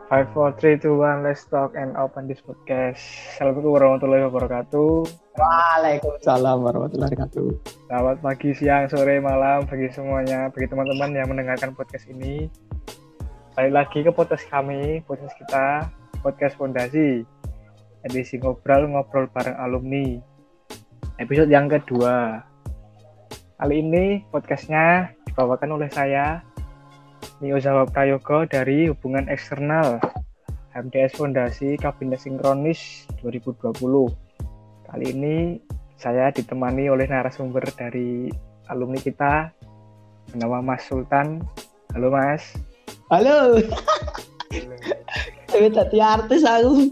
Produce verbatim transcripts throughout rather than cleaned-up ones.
Five, four, three, two, one, let's talk and open this podcast. Assalamualaikum warahmatullahi wabarakatuh. Waalaikumsalam warahmatullahi wabarakatuh. Selamat pagi, siang, sore, malam bagi semuanya, bagi teman-teman yang mendengarkan podcast ini. Balik lagi ke podcast kami, podcast kita, podcast Fondasi. Edisi ngobrol-ngobrol bareng alumni. Episode yang kedua. Kali ini podcastnya dibawakan oleh saya, Nio Zawa Prayogo dari Hubungan Eksternal H M D S Fondasi Kabinet Sinkronis dua ribu dua puluh. Kali ini saya ditemani oleh narasumber dari alumni kita bernama Mas Sultan. Halo Mas. Halo. Tapi tadi artis aku.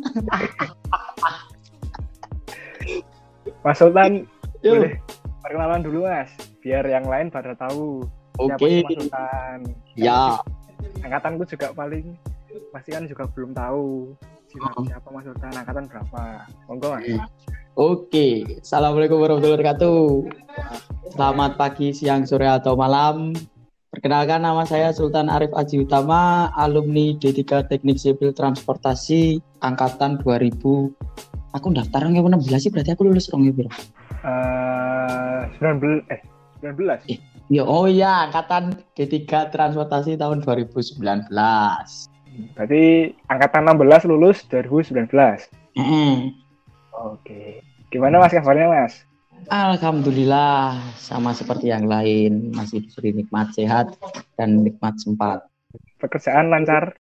Mas Sultan, Yo. boleh perkenalan dulu Mas, biar yang lain pada tahu. Siapa Oke. sih Mas Sultan? Ya. Angkatanku juga paling pasti kan juga belum tahu siapa, Oh. siapa Mas Sultan, angkatan berapa. Monggo Mas. Oke. Assalamualaikum warahmatullahi wabarakatuh. Selamat pagi, siang, sore atau malam. Perkenalkan, nama saya Sultan Arif Aji Utama, alumni D tiga Teknik Sipil Transportasi angkatan dua ribu. Aku daftar yang enam belas sih, berarti aku lulus rong ya, Bro. Eh, sembilan belas eh sembilan belas. Eh. Ya, oh iya, angkatan D tiga Transportasi tahun dua ribu sembilan belas. Berarti angkatan enam belas lulus dua ribu sembilan belas. Heeh. Oke. Gimana Mas kabarnya Mas? Alhamdulillah, sama seperti yang lain, masih diberi nikmat sehat dan nikmat sempat. Pekerjaan lancar?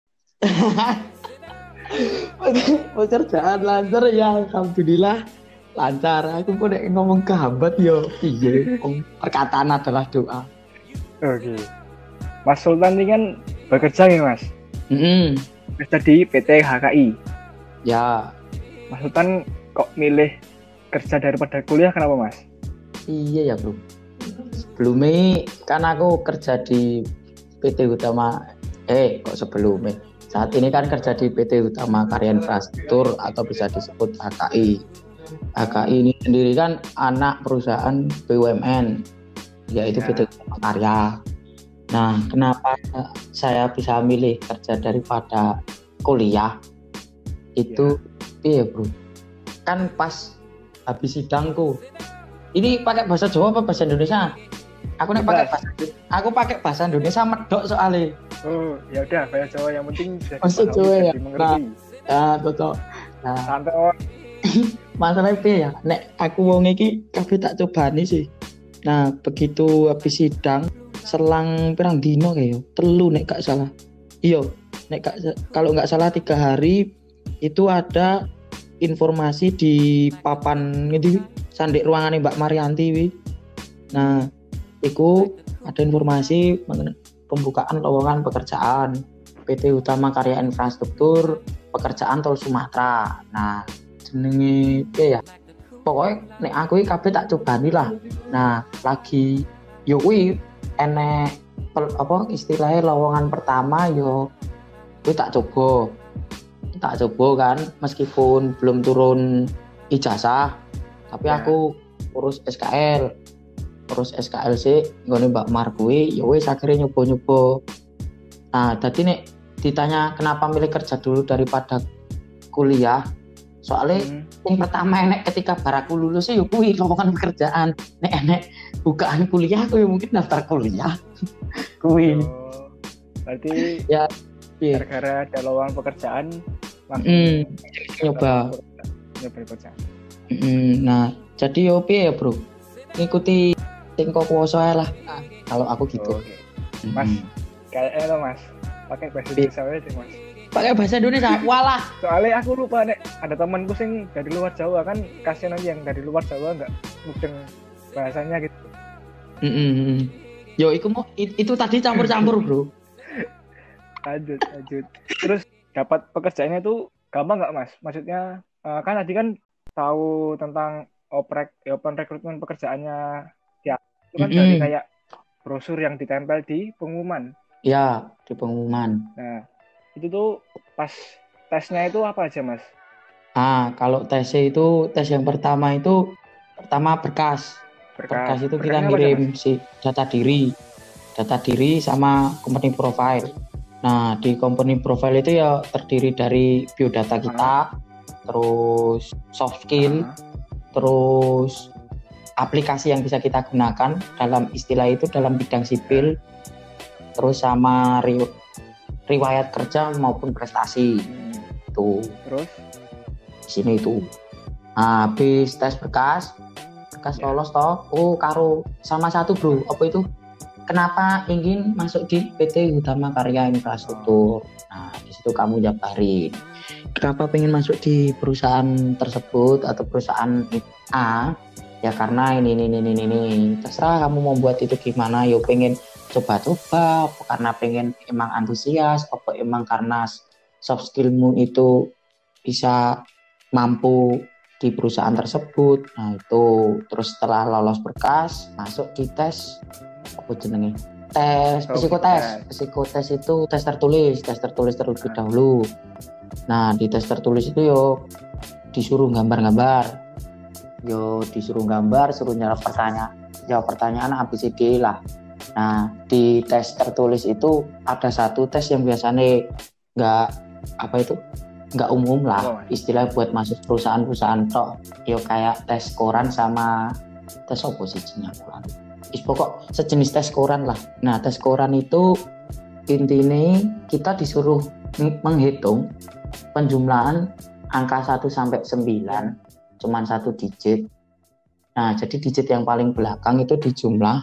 Pekerjaan lancar ya, alhamdulillah lancar. Aku kok nek ngomong kehambat yo, iya. Perkataan adalah doa. Oke. Mas Sultan ini kan bekerja nih Mas. Mm-mm. Kerja di P T H K I. Ya, Mas Sultan kok milih kerja daripada kuliah, kenapa Mas? iya ya bro. Sebelumnya kan aku kerja di P T Utama. Eh, kok sebelumnya? Saat ini kan kerja di P T Utama Karya Infrastruktur atau bisa disebut H K I. H K I ini sendiri kan anak perusahaan B U M N, yaitu Ya. P T Utama Karya. Nah, kenapa saya bisa milih kerja daripada kuliah? Itu iya bro. Kan pas habis sidangku. Ini pakai bahasa Jawa apa bahasa Indonesia? Aku nek pakai bahasa aku pakai bahasa Indonesia medok soalnya. Oh, ya udah bahasa Jawa yang penting bisa Bahasa dipahami, Jawa bisa ya. dimengerti. Ya, betul. Nah, Santai oh. masalahnya piye ya? Nek aku wong iki kabeh tak cobani sih. Nah, begitu habis sidang selang pirang dino kayak telu nek gak salah. Iya, nek gak, kalau nggak salah tiga hari itu ada informasi di papan gitu sandek ruangannya Mbak Marianti wi. Nah, itu ada informasi mengenai pembukaan lowongan pekerjaan P T Utama Karya Infrastruktur pekerjaan Tol Sumatera. Nah, jenenge piye ya? Pokoknya nek aku iki kabeh tak cobani lah. Nah, lagi yo kuwi enek pel- apa istilahnya lowongan pertama yo kuwi tak coba. Tak coba kan meskipun belum turun ijazah, tapi Ya. aku urus S K L. Urus S K L sih nggone Mbak Mar kuwi ya wis akhirnya nyoba-nyoba. Nah, tadi nek ditanya kenapa milih kerja dulu daripada kuliah, soalnya Hmm. yang pertama enek ketika baraku lulus ya kuwi lowongan pekerjaan. Nek enek bukaan kuliah aku ya mungkin daftar kuliah. Kuwi. Oh, berarti Ya, iya. gara-gara ada lowongan pekerjaan langsung Mm, nyoba. nyoba pekerjaan. Mm, nah, jadi yo piye ya, Bro? Ngikuti sing kok kuwasa ae lah. Nah, kalau aku gitu. Oh, oke. Mas, Mm. kayaknya lo Mas pakai bahasa Iya. Indonesia aja Mas. Pakai bahasa Indonesia. Walah. Soalnya aku lupa nek ada temanku sing dari luar Jawa kan, kasihan aja yang dari luar Jawa nggak mudeng bahasanya gitu. Mm-mm. Yo, iku mau it- itu tadi campur-campur, Bro. Lanjut, lanjut. Terus dapat pekerjaannya itu gampang nggak Mas? Maksudnya eh, kan tadi kan tahu tentang oprek, ya, open rekrutmen pekerjaannya ya itu kan dari Mm-mm. kayak brosur yang ditempel di pengumuman. Ya, di pengumuman. Nah, itu tuh pas tesnya itu apa aja Mas? Ah, kalau tes itu tes yang pertama itu pertama berkas. Berkas itu kita Berkasnya apa aja, ngirim si data diri, data diri sama company profile. Nah, di company profile itu ya terdiri dari biodata kita, terus soft skill, terus aplikasi yang bisa kita gunakan dalam istilah itu dalam bidang sipil, terus sama ri- riwayat kerja maupun prestasi. Tuh. Terus di sini itu. Nah, habis tes berkas, berkas lolos toh. Oh, karo sama satu bro, apa itu? Kenapa ingin masuk di P T Utama Karya Infrastruktur? Nah, di situ kamu jabarin. Kenapa pengen masuk di perusahaan tersebut atau perusahaan A? Ya karena ini ini ini ini. Terserah kamu mau buat itu gimana. Yo pengen coba-coba, apa karena pengen emang antusias, apa emang karena soft skillmu itu bisa mampu di perusahaan tersebut. Nah itu terus setelah lolos berkas masuk di tes apa jenenge tes Oh, psikotes psikotes itu tes tertulis tes tertulis terlebih dahulu. Nah di tes tertulis itu yo disuruh gambar-gambar yo disuruh gambar suruh jawab pertanyaan jawab pertanyaan A B C D lah. Nah di tes tertulis itu ada satu tes yang biasanya nggak apa itu nggak umum lah, istilah buat masuk perusahaan-perusahaan tok yo kayak tes koran sama tes oposisinya kurang. Is pokok sejenis tes koran lah. Nah tes koran itu intinya kita disuruh menghitung penjumlahan angka satu sampai sembilan cuman satu digit. Nah jadi digit yang paling belakang itu dijumlah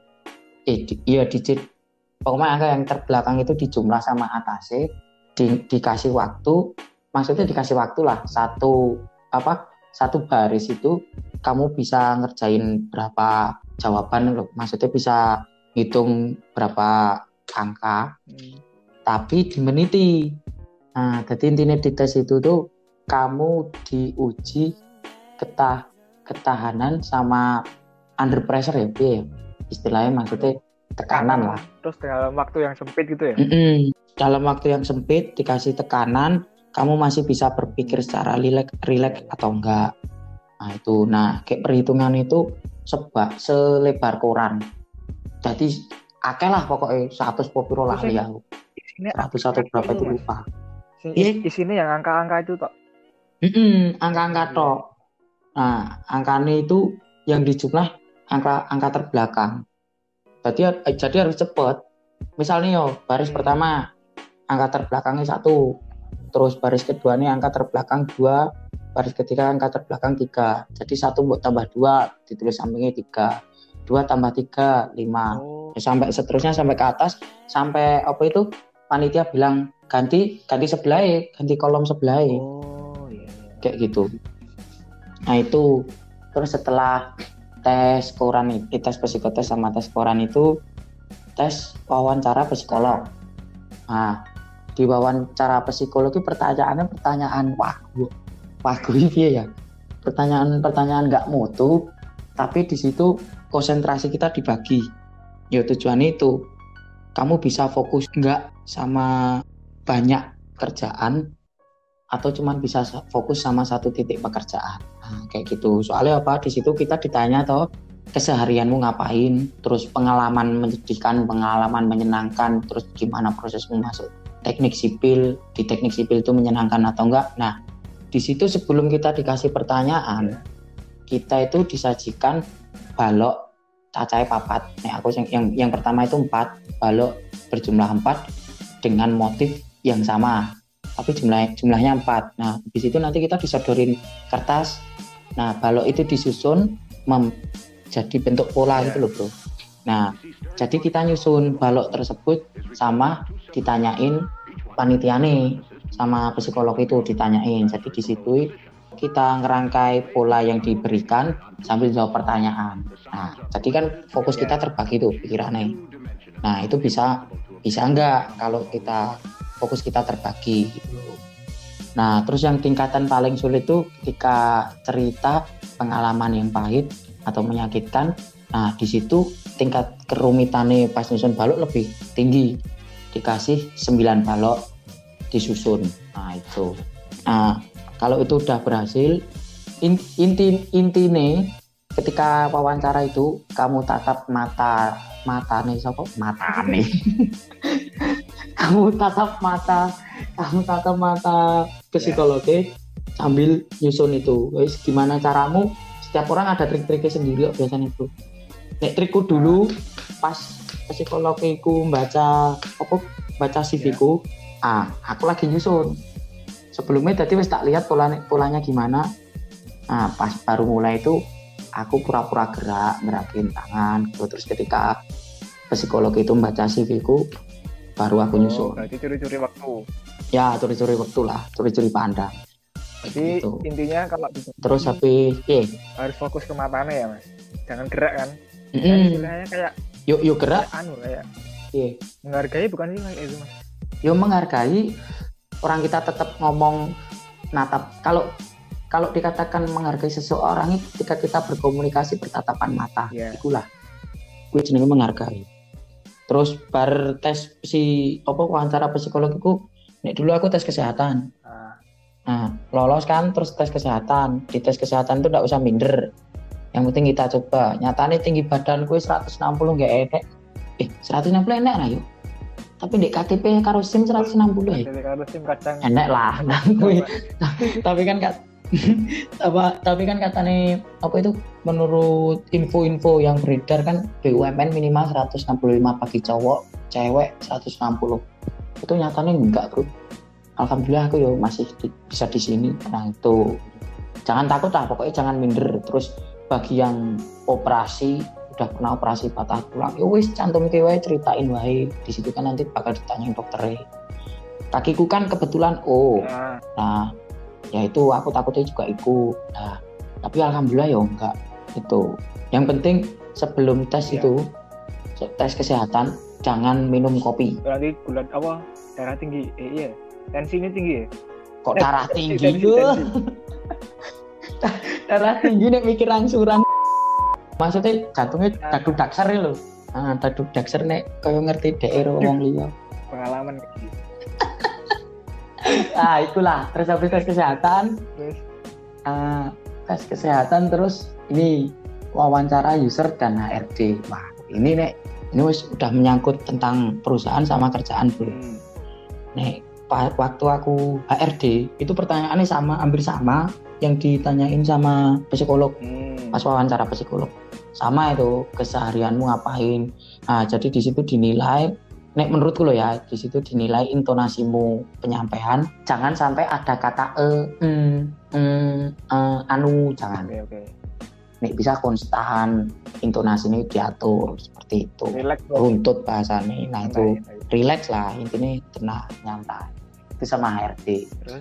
eh di, iya digit pokoknya angka yang terbelakang itu dijumlah sama atasnya di, dikasih waktu, maksudnya dikasih waktu lah satu apa satu baris itu kamu bisa ngerjain berapa jawaban loh, maksudnya bisa hitung berapa angka hmm. tapi dimeniti. Nah jadi intinya di tes itu tuh kamu diuji ketah ketahanan sama under pressure ya, ya istilahnya maksudnya tekanan lah. Terus dalam waktu yang sempit gitu ya? Mm-mm. Dalam waktu yang sempit dikasih tekanan, kamu masih bisa berpikir secara rileks rileks atau enggak. Nah itu, nah kayak perhitungan itu seba selebar koran. Jadi akeh lah pokoknya seratus popiro lah ya. seratus satu berapa itu lupa. Iya, di sini yang angka-angka itu tok. Heeh, angka-angka tok. Nah, angkanya itu yang dijumlah angka angka terbelakang. Jadi jadi harus cepat. Misalnya yo baris pertama angka terbelakangnya satu, terus baris kedua nih angka terbelakang dua, baris ketiga angka terbelakang tiga. Jadi satu buat tambah dua ditulis sampingnya tiga, dua tambah tiga lima, oh. Sampai seterusnya sampai ke atas sampai apa itu panitia bilang ganti ganti sebelah ganti kolom sebelah oh, iya. Kayak gitu. Nah itu terus setelah tes koran itu tes psikotes sama tes koran itu tes wawancara psikolog. Nah di wawancara psikologi pertanyaannya pertanyaan wah wah gue ya pertanyaan-pertanyaan nggak mutu tapi di situ konsentrasi kita dibagi ya tujuannya itu kamu bisa fokus nggak sama banyak kerjaan atau cuman bisa fokus sama satu titik pekerjaan. Nah, kayak gitu. Soalnya apa? Di situ kita ditanya toh keseharianmu ngapain, terus pengalaman menyedihkan, pengalaman menyenangkan, terus gimana prosesmu masuk teknik sipil, di teknik sipil itu menyenangkan atau enggak. Nah, di situ sebelum kita dikasih pertanyaan, kita itu disajikan balok cacai papat. Nah, aku yang, yang yang pertama itu empat balok berjumlah empat dengan motif yang sama. Tapi jumlah jumlahnya empat. Nah, di situ nanti kita disodorin kertas. Nah, balok itu disusun mem, jadi bentuk pola gitu loh, Bro. Nah, jadi kita nyusun balok tersebut sama ditanyain panitiane sama psikolog itu ditanyain. Jadi di situ kita ngerangkai pola yang diberikan sambil jawab pertanyaan. Nah, jadi kan fokus kita terbagi tuh pikirannya. Nah, itu bisa bisa enggak kalau kita fokus kita terbagi. Nah, terus yang tingkatan paling sulit itu ketika cerita pengalaman yang pahit atau menyakitkan. Nah, di situ tingkat kerumitannya pas nyusun balok lebih tinggi. Dikasih sembilan balok disusun. Nah, itu. Nah, kalau itu udah berhasil, inti intine ketika wawancara itu kamu tatap mata mata nih siapa? Mata nih. kamu tatap mata, kamu tatap mata psikologi sambil nyusun itu. Wis gimana caramu? Setiap orang ada trik-triknya sendiri kok biasanya itu. Nek trikku dulu pas psikologiku baca apa baca C V-ku, ah aku lagi nyusun. Sebelumnya tadi wis tak lihat polanya polanya gimana. Nah, pas baru mulai itu aku pura-pura gerak, gerakin tangan. Terus ketika psikologi itu membaca C V-ku, baru aku nyusun. Oh, berarti curi-curi waktu. Ya, curi-curi waktu lah, curi-curi pandang. Jadi Gitu. intinya kalau di Terus habis, eh, harus fokus ke matanya ya mas, jangan gerak kan? mm, Kan istilahnya kayak yuk yuk gerak, kayak anu kayak eh, menghargai bukan sih kayak itu mas? yuk menghargai. Orang kita tetap ngomong natap. Kalau kalau dikatakan menghargai seseorang itu ketika kita berkomunikasi bertatapan mata, Yeah. itulah gue jenenge menghargai. Terus bar tes si apa wawancara psikologiku, nek dulu aku tes kesehatan. Ah. Nah, lolos kan terus tes kesehatan. Di tes kesehatan itu enggak usah minder. Yang penting kita coba. Nyatane tinggi badan gue seratus enam puluh enggak enak. Eh, seratus enam puluh enak lah yuk. Tapi di K T P karo SIM seratus enam puluh ya. Jadi kalau sim kadang Enak lah, nah, gue. tapi kan kat, apa, tapi kan katanya apa itu menurut info-info yang beredar kan B U M N minimal seratus enam puluh lima bagi cowok, cewek seratus enam puluh. Itu nyatanya enggak, bro. Alhamdulillah aku yo masih di, bisa di sini. Nah itu jangan takut lah, pokoknya jangan minder. Terus bagi yang operasi udah kena operasi patah tulang, yo wis cantum ke wae, ceritain wae. Di situ kan nanti bakal ditanyain dokternya. Kakiku kan kebetulan oh, nah, nah ya itu aku takutnya juga ikut. Nah tapi alhamdulillah ya enggak itu. Yang penting sebelum tes Iya. itu tes kesehatan jangan minum kopi. berarti gula apa darah tinggi, eh iya tensi ini tinggi ya? Kok darah tinggi Tensi, yo? tensi. Darah tinggi nek mikir angsuran. Maksudnya jantungnya daduk dakser lho. Ah, daduk dakser nek kaya ngerti daerah wong liya. Pengalaman kayak gitu. Ah, itulah. Terus habis tes kesehatan, Terus ah, tes kesehatan terus ini wawancara user dan H R D. Wah, ini nek ini wis udah menyangkut tentang perusahaan sama kerjaan, Bro. hmm. Nek pa- waktu aku H R D itu pertanyaannya sama, hampir sama yang ditanyain sama psikolog. Hmm. Pas wawancara psikolog sama itu keseharianmu ngapain. Nah jadi di situ dinilai, nek menurutku loh ya, di situ dinilai intonasimu penyampaian, jangan sampai ada kata e, mm, mm, eh, anu, jangan. Oke oke. Nek bisa konstan, intonasinya diatur seperti itu, Relax bro. runtut bahasanya. Nah itu Santai, santai. relax lah, intinya tenang, nyantai. Itu sama H R D. Terus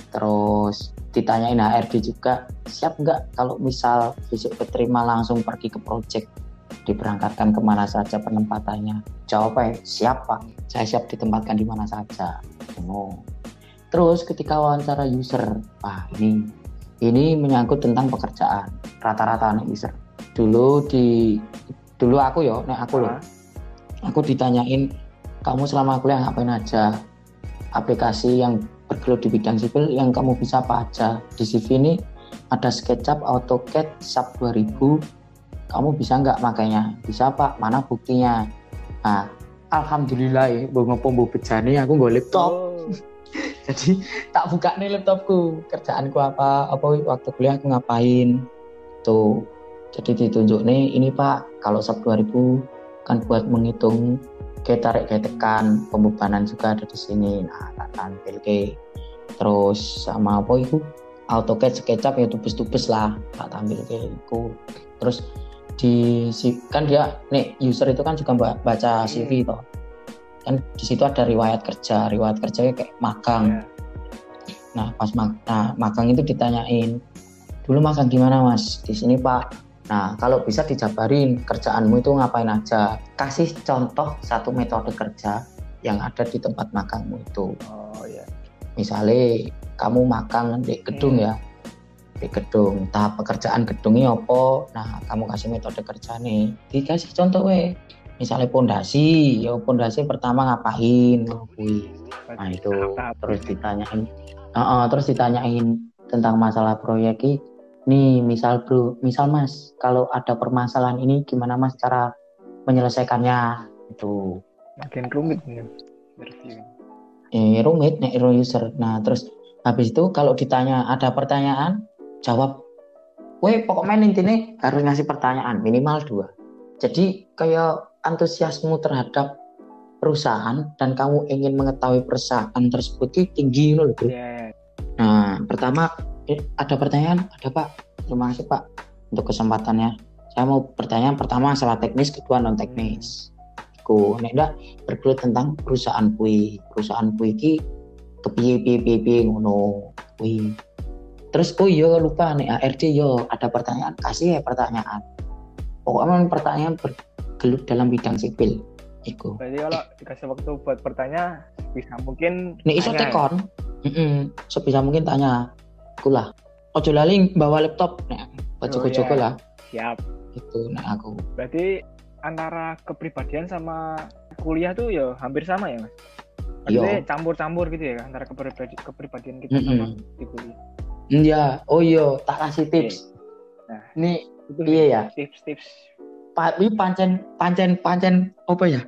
Terus ditanyain H R D juga, siap nggak kalau misal besok keterima langsung pergi ke project, diberangkatkan kemana saja penempatannya? Jawabnya, siap Pak, saya siap ditempatkan di mana saja. Oh. Terus ketika wawancara user, wah ini ini menyangkut tentang pekerjaan, rata-rata anak user. Dulu di dulu aku yo, nek aku loh, Ah. aku ditanyain, kamu selama kuliah ngapain aja? Aplikasi yang bergelut di bidang sipil yang kamu bisa apa aja. Di C V ini ada SketchUp, AutoCAD, SAP dua ribu. Kamu bisa nggak makanya? Bisa Pak, mana buktinya? Nah, alhamdulillah ya, mbok ngopo mbok bejane aku nggo laptop. Oh. Jadi tak buka nih laptopku, kerjaanku apa, apa waktu kuliah aku ngapain. Tuh. Jadi ditunjuk nih, ini Pak, kalau SAP dua ribu kan buat menghitung kayak tarik kayak tekan, pembebanan juga ada di sini. Nah, tak tampil ke. Terus sama apa itu? AutoCAD, SketchUp ya tubes-tubes lah, tak tampil ke itu. Terus di kan dia nih user itu kan juga baca C V toh. Kan di situ ada riwayat kerja, riwayat kerjanya kayak magang. Yeah. Nah, pas mag- nah, magang itu ditanyain, dulu magang di mana Mas? Di sini Pak. Nah, kalau bisa dijabarin kerjaanmu itu ngapain aja. Kasih contoh satu metode kerja yang ada di tempat magangmu itu. Oh ya. Misalnya kamu magang di gedung Hmm. ya, di gedung. Tahap pekerjaan gedungnya apa? Nah, kamu kasih metode kerja nih. Dikasih contoh weh. Misalnya pondasi, ya pondasi pertama ngapain? Ngakui. Nah itu Tahap-tahap. terus ditanyain, uh, uh, terus ditanyain tentang masalah proyek ini. Nih misal bro, misal Mas, kalau ada permasalahan ini gimana Mas cara menyelesaikannya? Itu Makin rumit nih. interview. Eh rumit nek hero user. Nah, terus habis itu kalau ditanya ada pertanyaan, jawab. Weh, pokoknya intinya harus ngasih pertanyaan minimal dua. Jadi kayak antusiasmu terhadap perusahaan dan kamu ingin mengetahui perusahaan tersebut itu tinggi loh, bro. Yeah. Nah, pertama eh, ada pertanyaan, ada Pak. Terima kasih Pak untuk kesempatannya. Saya mau pertanyaan pertama masalah teknis, kedua non teknis. Ku nek ndak bergelut tentang perusahaan kui, perusahaan kui iki kepiye piye piye piye ngono kui. Terus oh iya lupa nih A R D yo ada pertanyaan, kasih ya pertanyaan. Pokoknya pertanyaan bergelut dalam bidang sipil. Iku. Berarti kalau dikasih waktu buat bertanya bisa mungkin nek iso tekon, heeh, sebisa mungkin tanya. Kulah. Ojo lali bawa laptop nek baca-baca lah. Siap. Itu nek aku. Berarti antara kepribadian sama kuliah tuh ya hampir sama ya, Mas? Maksudnya campur-campur gitu ya antara kepribadian, kepribadian kita mm-hmm. sama di kuliah. Iya, oh iya, tak kasih tips. Okay. Nah, ini iya ya. Tips-tips. Pak, ini pancen pancen pancen apa ya?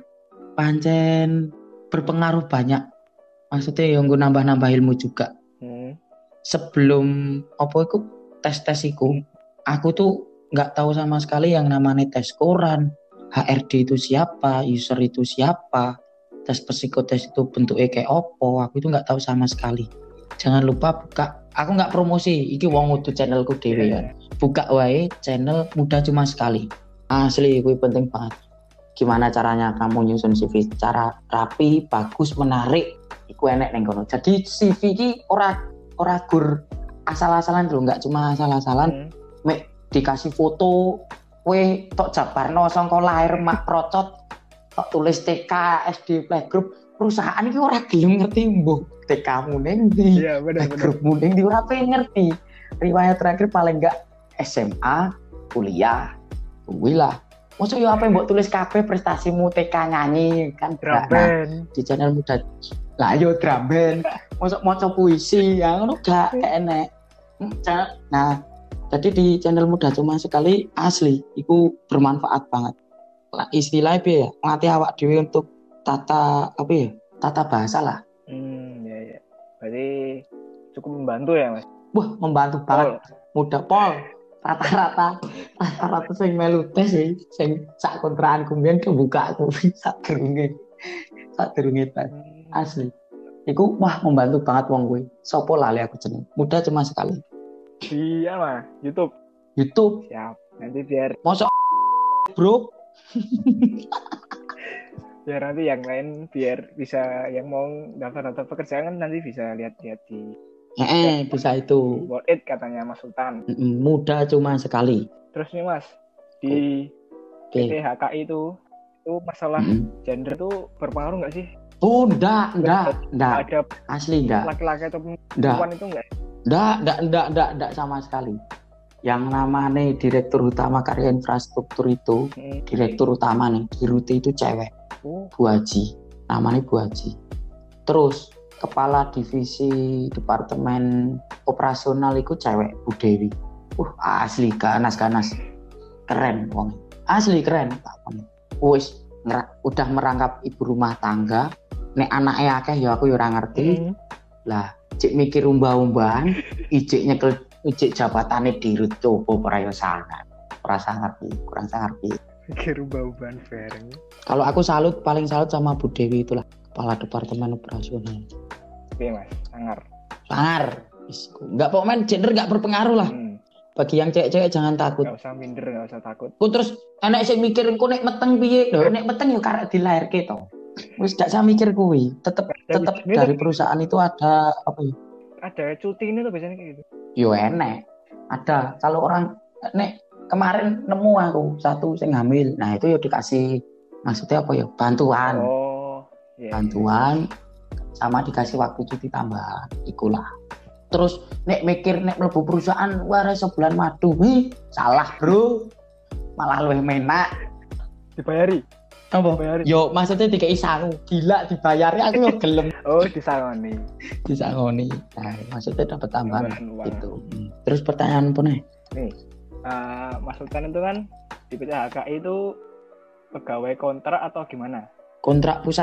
Pancen berpengaruh banyak. Maksudnya yang gue nambah-nambah ilmu juga. Hmm. Sebelum apa itu tes-tes itu, aku tuh nggak tahu sama sekali yang namanya tes koran. H R D itu siapa, user itu siapa, tes psikotes itu bentuknya kayak opo, aku itu nggak tahu sama sekali. Jangan lupa buka, aku nggak promosi, iki wong udah channelku dewe ya. Buka wae channel Muda Cuma Sekali. Asli, itu penting banget. Gimana caranya kamu nyusun C V secara rapi, bagus, menarik, iku enek neng kono. Jadi C V iki ora ora gur asal-asalan dulu, nggak cuma asal-asalan. Hmm. Mek dikasih foto. Weh, tok Jabarno sangka lahir mak procot, tok tulis T K S D playgroup, perusahaan iki ora gelem ngerti mbuh T K-mu ning ndi. Iya, bener bener. Playgroup-mu ning ndi ora pengen ngerti. Riwayat terakhir paling enggak S M A, kuliah. Kuwi lah. Mosok yo apa yang mbok tulis kabeh prestasimu T K nyanyi kan drum band. Nah, di channel Muda. Lah yo drum band. Mosok maca puisi, ya ngono gak enek. Nah, jadi di channel Muda Cuma Sekali asli, itu bermanfaat banget. Istilahnya ya, ngelatih awak dewe untuk tata apa ya, tata bahasa lah. Hmm, ya ya. Berarti cukup membantu ya, Mas? Wah, membantu banget. Mudah pol. Rata-rata, rata-rata sing melu tes sih, sing sak kontrakan kumbian kebuka aku sak derunge, sak derunge tes. Asli. Iku wah membantu banget wong kuwi. Sopo lali aku jeneng. Muda Cuma Sekali. Iya mah, YouTube. YouTube. Siap. Nanti biar. Mosok bro. Biar nanti yang lain biar bisa yang mau daftar-daftar pekerjaan kan nanti bisa lihat-lihat di. Eh, bisa itu. Worth it katanya Mas Sultan. Muda Cuma Sekali. Terus nih Mas, di P T H K I itu itu masalah mm-hmm. gender tuh berpengaruh nggak sih? Oh, enggak, enggak, enggak. Ada asli enggak. Laki-laki atau perempuan itu enggak? Enggak, enggak, enggak, enggak, enggak sama sekali. Yang namanya Direktur Utama Karya Infrastruktur itu, hmm. Direktur Utama nih, Dirute itu cewek. Oh. Bu Haji. Namanya Bu Haji. Terus Kepala Divisi Departemen Operasional itu cewek, Bu Dewi. Uh, asli ganas-ganas. Keren wong. Asli keren. Wis udah merangkap ibu rumah tangga. Nek anaknya akeh ya aku ya ora ngerti. Hmm. Lah cek mikir umbah-umbahan, ijek nyekel ijek jabatane dirut coba ora yo sangat. Ora ngerti, kurang ngerti. Mikir umbah-umbahan bareng. Kalau aku salut, paling salut sama Bu Dewi itulah, Kepala Departemen Operasional. Oke, Mas, sangar. Sangar. Enggak pokoknya gender enggak berpengaruh lah. Hmm. Bagi yang cewek-cewek jangan takut. Enggak usah minder, enggak usah takut. Ku terus enek sing mikir engko nek meteng piye? Lho, nek meteng yo karek dilairke to. Wis gak usah mikir kuwi. Tetep tetep dari perusahaan itu ada apa ya? Ada cuti ini tuh biasanya kayak gitu. Yo enek. Ada. Kalau orang nek kemarin nemu aku satu sing hamil. Nah, itu yo dikasih maksudnya apa ya? Bantuan. Oh, iya. Bantuan sama dikasih waktu cuti tambahan. Ikulah. Terus nek mikir nek mlebu perusahaan wara sebulan madu. Wih, salah, Bro. Malah luwih menak. Dibayari. Apa? Yo maksudnya dikai sangu, gila dibayari aku yo gelem. Oh, disangoni. Disangoni. Nah, maksudnya dapat tambahan gitu. Hmm. Terus pertanyaan apa nih? Nih, uh, Mas Sultan itu kan di P T H K I itu pegawai kontrak atau gimana? Kontrak pusat.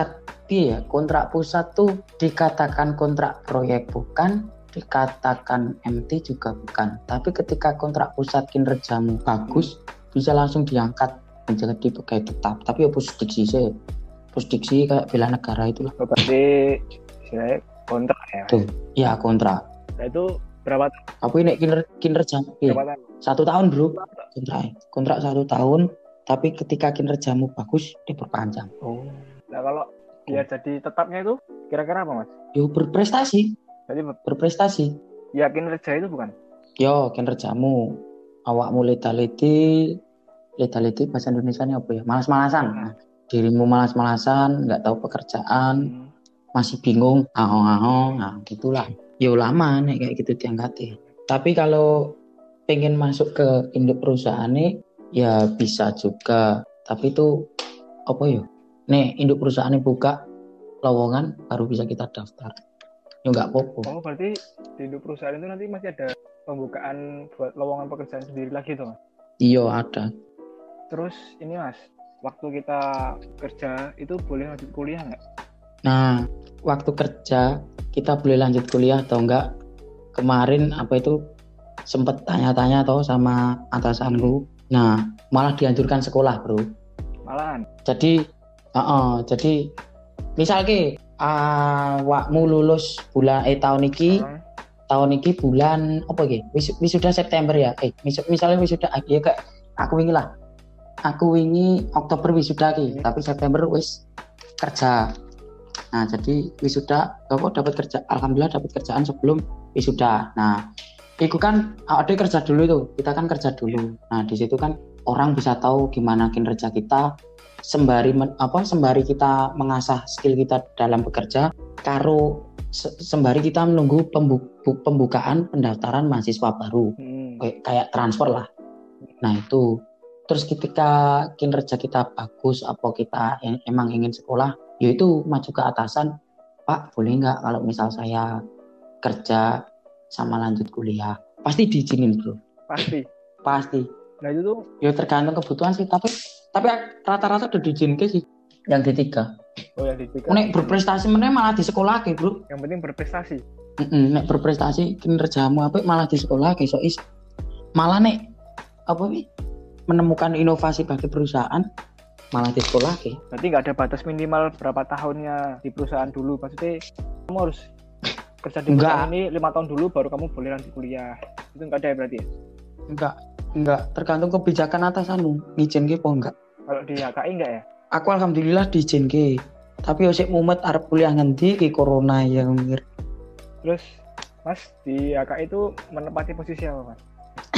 Iya, kontrak pusat tuh dikatakan kontrak proyek bukan, dikatakan M T juga bukan. Tapi ketika kontrak pusat kinerjamu bagus, bisa langsung diangkat menjadi pegawai tetap. Tapi ya pusdiksi sih, pusdiksi kayak bela negara itu lah. Berarti saya kontrak ya. Tuh, ya kontrak. Nah itu berapa? Tapi ini kiner kinerja, Berapa tahun? satu tahun bro, kontrak, kontrak satu tahun. Tapi ketika kinerjamu bagus, diperpanjang. Oh. Nah kalau dia jadi tetapnya itu kira-kira apa mas? Yo berprestasi, Jadi berprestasi. ya kinerja itu bukan? Yo kinerjamu, awakmu leta-leti, leta-leti bahasa Indonesianya apa ya? Malas-malasan. Nah, dirimu malas-malasan, nggak tahu pekerjaan, hmm. masih bingung, ahong-ahong, nah gitulah. Yo lama nih kayak gitu diangkati. Tapi kalau pengen masuk ke induk perusahaan nih, ya bisa juga. Tapi itu apa ya? Nih, induk perusahaannya buka lowongan baru bisa kita daftar. Ya enggak apa-apa. Oh, berarti di induk perusahaan itu nanti masih ada pembukaan buat lowongan pekerjaan sendiri lagi tuh, Mas? Iya, ada. Terus ini, Mas, waktu kita kerja itu boleh lanjut kuliah nggak? Nah, waktu kerja kita boleh lanjut kuliah atau enggak? Kemarin apa itu sempat tanya-tanya toh sama atasanku. Nah, malah dianjurkan sekolah, Bro. Malahan. Jadi Uh, uh, jadi misalnya awakmu uh, lulus bulan eh tahun iki uh. tahun iki bulan apa gitu Wis, wisuda September ya eh mis, misalnya wisuda ya kayak aku wingi lah aku wingi Oktober wisuda ki uh. tapi September wis kerja. Nah jadi wisuda kok dapat kerja, alhamdulillah dapat kerjaan sebelum wisuda. Nah itu kan ada kerja dulu tuh, kita kan kerja dulu. Nah di situ kan orang bisa tahu gimana kinerja kita sembari men, apa sembari kita mengasah skill kita dalam bekerja, karo se, sembari kita menunggu pembu, pembukaan pendaftaran mahasiswa baru, hmm. kayak, kayak transfer lah. Nah itu terus ketika kinerja kita bagus, apa kita yang, emang ingin sekolah, yaitu maju ke atasan, Pak boleh nggak kalau misal saya kerja sama lanjut kuliah, pasti diizinin bro. Pasti. Pasti. Nah itu tuh. Ya tergantung kebutuhan sih, tapi tapi rata-rata udah diizinkan sih yang di tiga. Oh yang di tiga. Nek berprestasi mana malah di sekolah ke bro. Yang penting berprestasi. Mm-mm, nek berprestasi kinerjamu apa malah di sekolah ke so is malah nek apa wi menemukan inovasi bagi perusahaan malah di sekolah ke. Berarti nggak ada batas minimal berapa tahunnya di perusahaan dulu. Maksudnya kamu harus kerja di perusahaan ini lima tahun dulu baru kamu boleh lanjut kuliah. Itu nggak ada ya berarti? Enggak, enggak. Tergantung kebijakan atasanmu ngizin ke apa enggak. Kalau di H K I enggak ya? Aku alhamdulillah diizin ke. Tapi osek mumet arep kuliah ngendi ke corona ya ngir. Terus Mas di H K I itu menempati posisi apa Mas?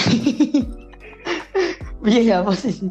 Iya ya posisi.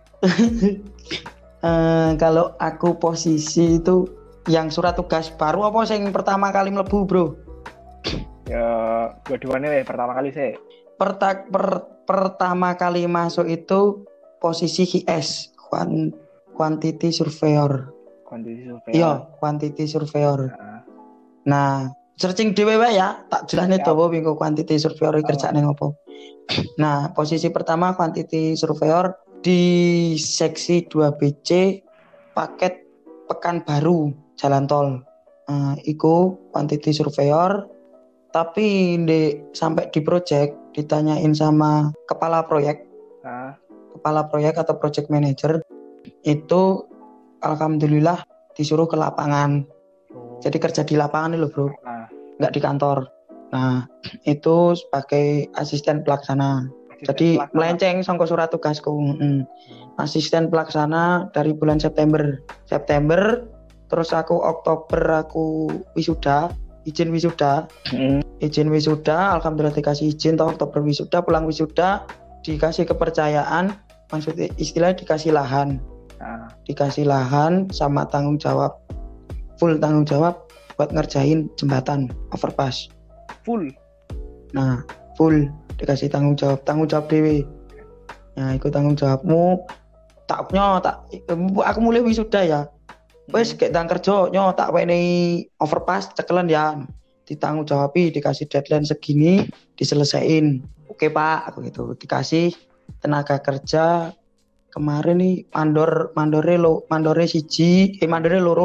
uh, kalau aku posisi itu yang surat tugas baru apa yang pertama kali mlebu bro? Ya dua-duanya ya pertama kali saya. Perta- per- pertama kali masuk itu posisi Q S. Quantity surveyor. Quantity surveyor. Iya, quantity surveyor. Nah, nah searching dhewe wae ya, tak jelane dawa minggu quantity surveyor iki kerjane ngopo. Nah, posisi pertama quantity surveyor di seksi dua B C paket Pekanbaru jalan tol. Uh, iku quantity surveyor tapi di, sampai di project ditanyain sama kepala proyek. Nah. Kepala proyek atau project manager itu alhamdulillah disuruh ke lapangan. Oh. Jadi kerja di lapangan nih loh bro, nah. Nggak di kantor. Nah itu sebagai asisten pelaksana. Asisten Jadi pelaksana. Melenceng sangko surat tugasku. Hmm. Asisten pelaksana dari bulan September. September terus aku Oktober aku wisuda, izin wisuda. Hmm. Izin wisuda, alhamdulillah dikasih izin tahun Oktober wisuda, pulang wisuda dikasih kepercayaan, maksudnya istilahnya dikasih lahan. Nah, dikasih lahan sama tanggung jawab, full tanggung jawab buat ngerjain jembatan overpass. Full. Nah, full dikasih tanggung jawab, tanggung jawab dewe. Nah, ikut tanggung jawabmu. Taknya tak aku mulai wisuda ya. Wes kayak tang kerja nyo tak wene overpass cekelan ya. Ditanggung jawabi, dikasih deadline segini, diselesain. Oke Pak, aku gitu. Dikasih tenaga kerja kemarin nih mandor mandore lo mandore siji, eh mandore loro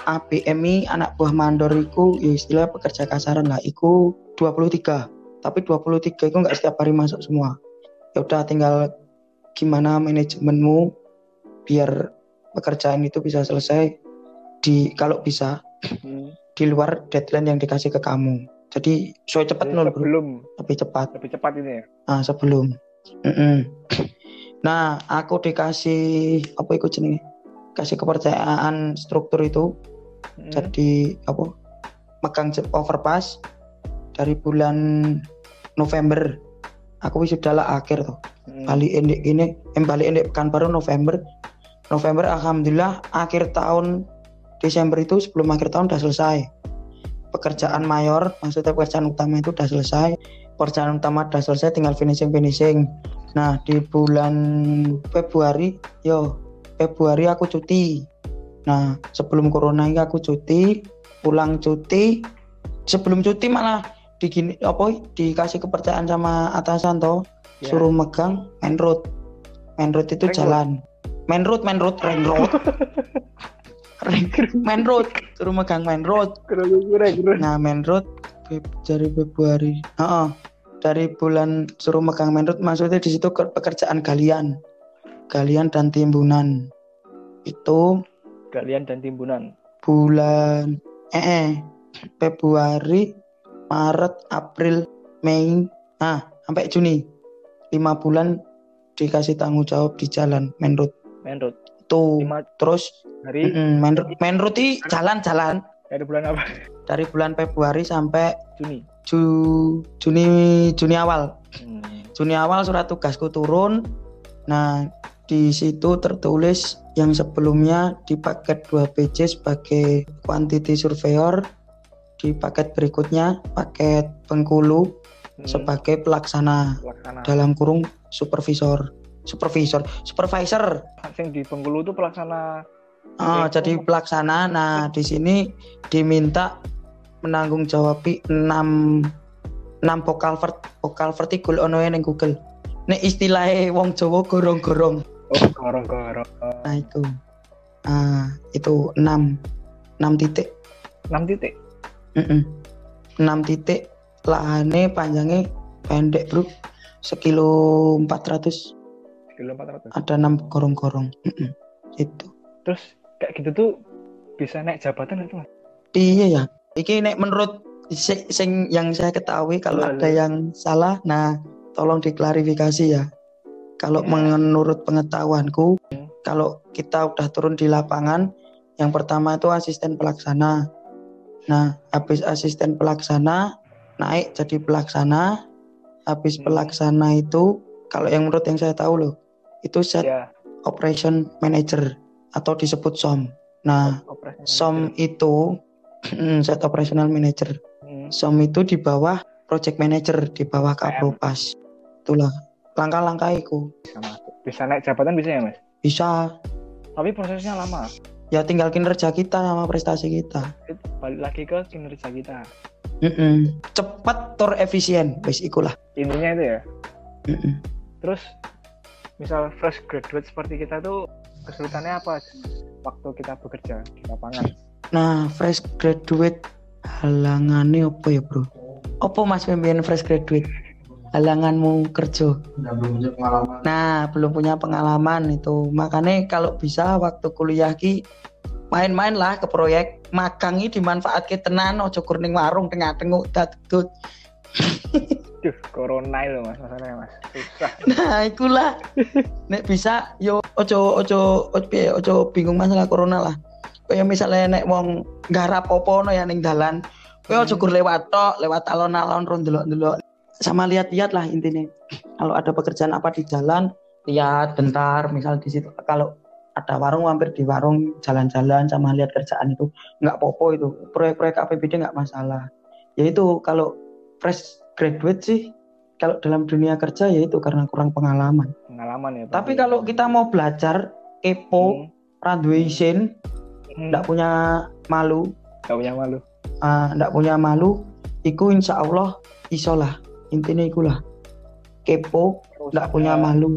A B M I anak buah mandor iku ya istilah pekerja kasaran lah iku dua puluh tiga. Tapi dua puluh tiga itu enggak setiap hari masuk semua. Ya udah tinggal gimana manajemenmu biar pekerjaan itu bisa selesai di kalau bisa hmm. di luar deadline yang dikasih ke kamu. Jadi so cepat nol sebelum lebih cepat. Lebih cepat ini ya. Ah sebelum. Mm-mm. Nah aku dikasih apa itu jenenge? Kasih kepercayaan struktur itu. Hmm. Jadi apa? Megang overpass dari bulan November. Aku sudah lah akhir tuh. Hmm. Balik endek ini, em balik endek pekan baru November. November alhamdulillah akhir tahun Desember itu sebelum akhir tahun udah selesai. Pekerjaan mayor, maksudnya pekerjaan utama itu udah selesai. Pekerjaan utama udah selesai, tinggal finishing-finishing. Nah di bulan Februari, yo Februari aku cuti. Nah sebelum corona ini aku cuti, pulang cuti. Sebelum cuti malah digini, apa, dikasih kepercayaan sama atasan toh, yeah. Suruh megang main road. Main road itu ring jalan. Road. Main road, main road, ring road. main road, suruh megang main road. Nah main road dari Februari, uh-uh. dari bulan suruh megang main road, maksudnya di situ pekerjaan galian, galian dan timbunan. Itu galian dan timbunan. Bulan eh, eh Februari, Maret, April, Mei, nah sampai Juni, lima bulan dikasih tanggung jawab di jalan main road. Main road. Tuh, lima, terus dari main road, main road itu jalan-jalan. Dari bulan apa? Dari bulan Februari sampai Juni. Ju, Juni Juni awal. Hmm. Juni awal surat tugasku turun. Nah, di situ tertulis yang sebelumnya di paket dua P J sebagai quantity surveyor, di paket berikutnya paket Bengkulu hmm. sebagai pelaksana, pelaksana dalam kurung supervisor. Supervisor, supervisor. Yang di Bengkulu itu pelaksana. Oh, jadi pelaksana. Nah, di sini diminta menanggung jawabi enam enam vokal vert, vokal vertikul ono ning Google. Nek istilahnya wong Jawa gorong-gorong. Oh, gorong-gorong. Nah, itu. Ah, itu enam enam titik. enam titik. Heeh. enam titik, lahane panjangnya pendek, Bro. Sekilo empat ratus. Sekilo empat ratus. Ada enam gorong-gorong. Heeh. Itu. Terus kayak gitu tuh bisa naik jabatan itu, Mas? Iya ya. Iki nek menurut sing yang saya ketahui, kalau Lalu. ada yang salah, nah tolong diklarifikasi ya. Kalau ya. menurut pengetahuanku, hmm. kalau kita udah turun di lapangan, yang pertama itu asisten pelaksana. Nah, habis asisten pelaksana naik jadi pelaksana. Habis hmm. pelaksana itu, kalau yang menurut yang saya tahu loh, itu set ya. Operation Manager atau disebut S O M. Nah, S O M itu set operational manager. Hmm. S O M itu di bawah project manager, di bawah Kapropas. Itulah langkah-langkah itu. Bisa naik jabatan bisa ya, Mas? Bisa. Tapi prosesnya lama. Ya tinggal kinerja kita sama prestasi kita. Balik lagi ke kinerja kita. Mm-mm. Cepat tur efisien, wis ikulah. Intinya itu ya. Mm-mm. Terus misal fresh graduate seperti kita tuh kesulitannya apa waktu kita bekerja di lapangan? Nah, fresh graduate halangannya apa ya, Bro? Apa Mas pemimpin fresh graduate? Halanganmu kerja. Nah, belum punya pengalaman. Nah, belum punya pengalaman itu. Makanya kalau bisa waktu kuliah ki main-main lah ke proyek, magang ini dimanfaatke tenan, ojo kurning warung tengah-tengah dadut. Duh, corona itu Mas, masalahnya Mas. Susah. Nah, ikulah. Nek bisa yo ojo ojo ojo ojo bingung masalah corona lah. Kayak misalnya nek wong nggarap apa ono ya ning dalan, kowe ojo gur lewat tok, lewat alon-alon ron delok-delok. Sama lihat-lihat lah intinya. Kalau ada pekerjaan apa di jalan, lihat bentar, misal di situ kalau ada warung mampir di warung, jalan-jalan sama lihat kerjaan itu nggak popo itu. Proyek-proyek A P B D nggak masalah. Ya itu kalau fresh graduate sih, kalau dalam dunia kerja ya itu karena kurang pengalaman. Pengalaman ya. Tapi kalau kita mau belajar kepo, hmm. randuwe isin, nggak hmm. punya malu, nggak punya malu, uh, nggak punya malu, iku insya Allah isolah. Intinya ikulah kepo, nggak punya malu,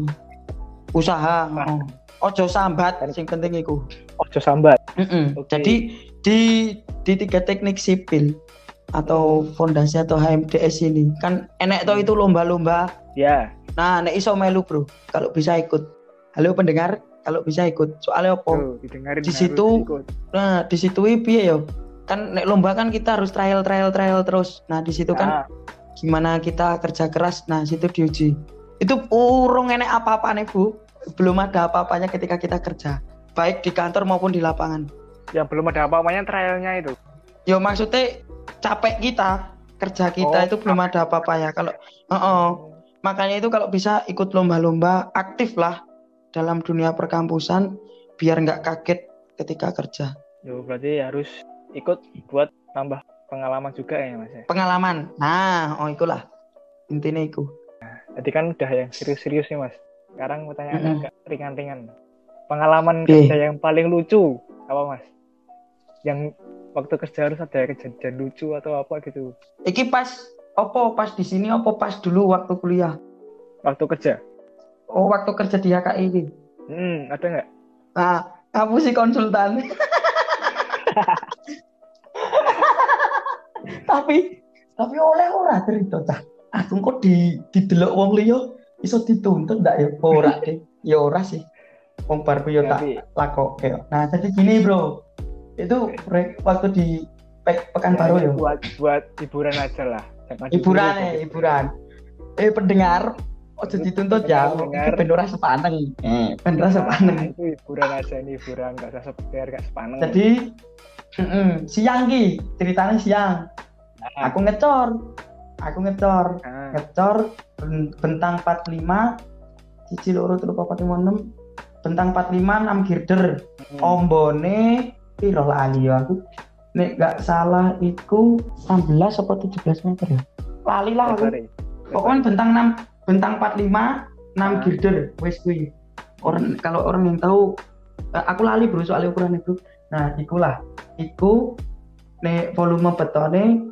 usaha. Oh. Ojo sambat, sing penting iku. Ojo sambat. Okay. Jadi di di tiga teknik sipil atau fondasi atau H M D S ini kan enek toh itu lomba-lomba. Ya. Nah, nek iso melu, Bro. Kalau bisa ikut. Halo pendengar, kalau bisa ikut. Soalnya apa? Tuh, didengarin Di harus situ ikut. nah, di situ piye yo? Kan nek lomba kan kita harus trial trial trial terus. Nah, di situ kan Ah, gimana kita kerja keras. Nah, situ diuji. Itu urung enek apa-apa nih, Bu. Belum ada apa-apanya ketika kita kerja. Baik di kantor maupun di lapangan. yang belum ada apa-apanya trialnya itu. Yo maksudnya capek kita, kerja kita Oh, itu belum ada apa-apanya. Kalau heeh. Makanya itu kalau bisa ikut lomba-lomba, aktif lah dalam dunia perkampusan biar nggak kaget ketika kerja. Yo, berarti harus ikut buat tambah pengalaman juga ya Mas ya. Pengalaman. Nah, oh ikulah. Intinya itu. Jadi kan udah yang serius-serius nih Mas. Sekarang pertanyaannya Mm-mm. agak ringan-ringan. Pengalaman Oke. kerja yang paling lucu apa Mas? Yang waktu kerja harus ada kejadian lucu atau apa gitu. Iki pas opo pas di sini opo pas dulu waktu kuliah. Waktu kerja. Oh, waktu kerja di H K I ini. Hmm, ada nggak? Nah, kamu sih konsultan. tapi tapi oleh ora cerita cah. Aku kok di didelok wong liya iso dituntut ndak ya? Ora deh. Ya ora sih. Wong bar ku yo tak Tapi lakoke. Nah, jadi gini, Bro. Itu proyek waktu di Pe- Pekanbaru ya. buat buat hiburan aja lah. Jangan Hiburan ditiru, ya, gitu. hiburan. Eh pendengar, ojo dituntut ya. Pendengar. Ben ora sepaneng. Eh, ben ora Nah, sepaneng. itu hiburan aja ini hiburan nggak usah seper nggak sepaneng. Jadi mm-mm, siang ki, ceritanya siang. Nah, Aku ngecor. Aku ngecor. nah, Ngecor ben- bentang empat puluh lima siji loro telu papat lima enam bentang empat puluh lima enam girder. hmm. Ombone piro lali ya aku. Nek gak salah iku enam belas atau tujuh belas meter ya. Lali lah aku. Sorry. Pokoknya bentang enam bentang empat puluh lima enam Ah. girder wes kuwi. Orang kalau orang yang tahu eh, aku lali bro soal ukuran itu. Nah, ikulah. Iku nek volume betone